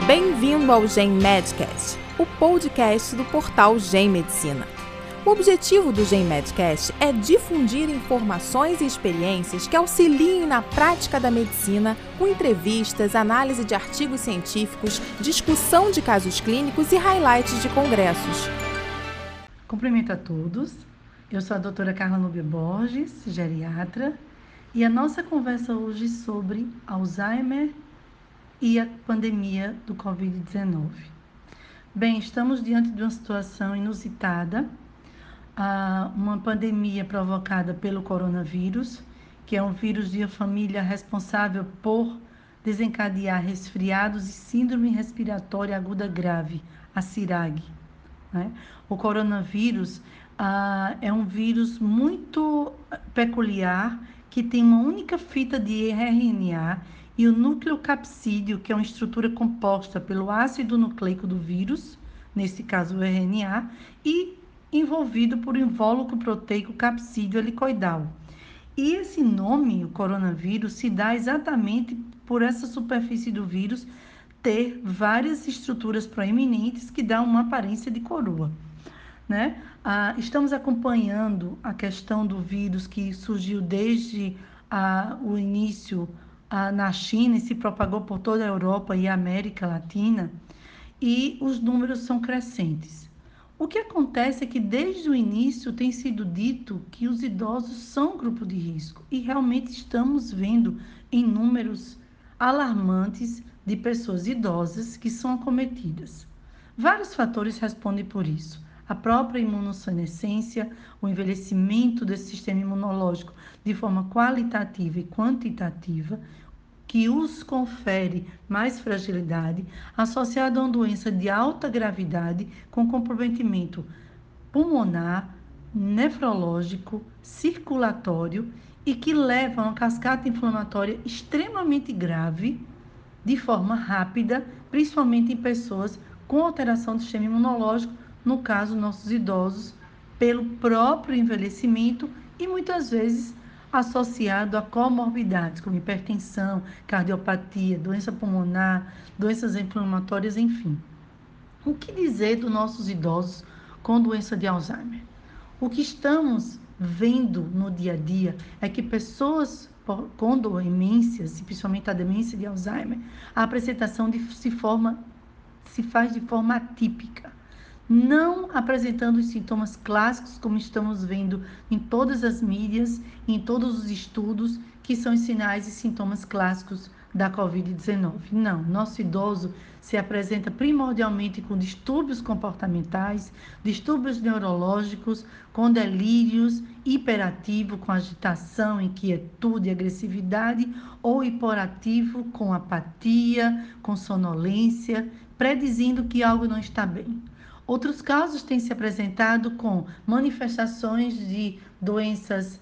Bem-vindo ao Gen Medcast, o podcast do portal Gen Medicina. O objetivo do Gen Medcast é difundir informações e experiências que auxiliem na prática da medicina, com entrevistas, análise de artigos científicos, discussão de casos clínicos e highlights de congressos. Cumprimento a todos, eu sou a doutora Carla Nubia Borges, geriatra, e a nossa conversa hoje é sobre Alzheimer e a pandemia do Covid-19. Bem, estamos diante de uma situação inusitada, uma pandemia provocada pelo coronavírus, que é um vírus de uma família responsável por desencadear resfriados e síndrome respiratória aguda grave, a CIRAG. Né? O coronavírus é um vírus muito peculiar, que tem uma única fita de RNA e o núcleo capsídeo, que é uma estrutura composta pelo ácido nucleico do vírus, nesse caso o RNA, e envolvido por um invólucro proteico capsídeo helicoidal. E esse nome, o coronavírus, se dá exatamente por essa superfície do vírus ter várias estruturas proeminentes que dão uma aparência de coroa. Né? Estamos acompanhando a questão do vírus que surgiu desde o início na China e se propagou por toda a Europa e a América Latina, e os números são crescentes. O que acontece é que desde o início tem sido dito que os idosos são grupo de risco, e realmente estamos vendo em números alarmantes de pessoas idosas que são acometidas. Vários fatores respondem por isso. A própria imunossenescência, o envelhecimento desse sistema imunológico de forma qualitativa e quantitativa, que os confere mais fragilidade, associado a uma doença de alta gravidade com comprometimento pulmonar, nefrológico, circulatório e que leva a uma cascata inflamatória extremamente grave, de forma rápida, principalmente em pessoas com alteração do sistema imunológico, no caso, nossos idosos, pelo próprio envelhecimento e muitas vezes associado a comorbidades, como hipertensão, cardiopatia, doença pulmonar, doenças inflamatórias, enfim. O que dizer dos nossos idosos com doença de Alzheimer? O que estamos vendo no dia a dia é que pessoas com demências, principalmente a demência de Alzheimer, a apresentação se faz de forma atípica, não apresentando os sintomas clássicos, como estamos vendo em todas as mídias, em todos os estudos, que são os sinais e sintomas clássicos da Covid-19. Não, nosso idoso se apresenta primordialmente com distúrbios comportamentais, distúrbios neurológicos, com delírios, hiperativo, com agitação, inquietude, agressividade, ou hiperativo, com apatia, com sonolência, predizindo que algo não está bem. Outros casos têm se apresentado com manifestações de doenças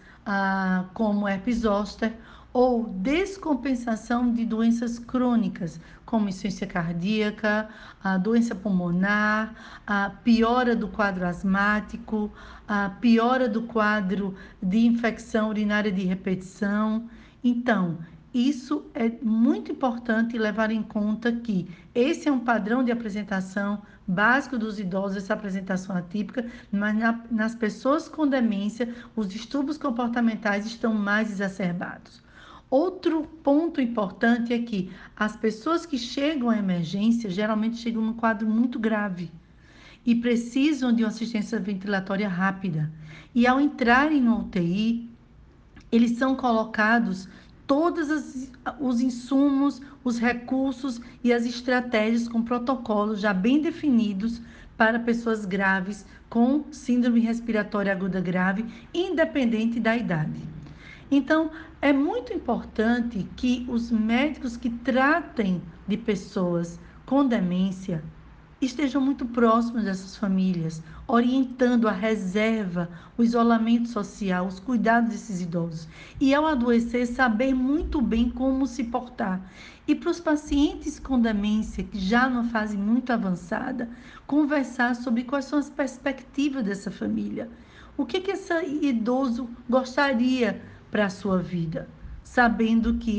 como herpes zoster ou descompensação de doenças crônicas, como insuficiência cardíaca, a doença pulmonar, a piora do quadro asmático, a piora do quadro de infecção urinária de repetição. Então, isso é muito importante levar em conta que esse é um padrão de apresentação básico dos idosos, essa apresentação atípica, mas nas pessoas com demência, os distúrbios comportamentais estão mais exacerbados. Outro ponto importante é que as pessoas que chegam à emergência geralmente chegam num quadro muito grave e precisam de uma assistência ventilatória rápida. E ao entrarem no UTI, eles são colocados todos os insumos, os recursos e as estratégias com protocolos já bem definidos para pessoas graves com síndrome respiratória aguda grave, independente da idade. Então, é muito importante que os médicos que tratem de pessoas com demência estejam muito próximos dessas famílias, orientando a reserva, o isolamento social, os cuidados desses idosos. E ao adoecer, saber muito bem como se portar. E para os pacientes com demência, que já numa fase muito avançada, conversar sobre quais são as perspectivas dessa família. O que esse idoso gostaria para a sua vida, sabendo que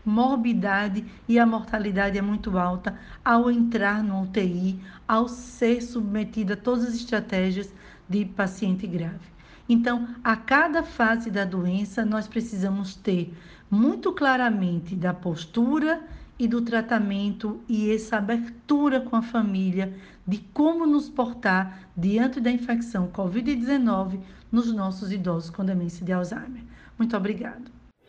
morbidade e a mortalidade é muito alta ao entrar no UTI, ao ser submetida a todas as estratégias de paciente grave. Então, a cada fase da doença, nós precisamos ter muito claramente da postura e do tratamento e essa abertura com a família de como nos portar diante da infecção Covid-19 nos nossos idosos com demência de Alzheimer. Muito obrigada.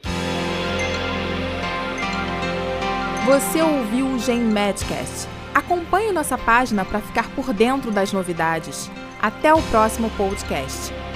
Você ouviu o GenMedcast. Acompanhe nossa página para ficar por dentro das novidades. Até o próximo podcast.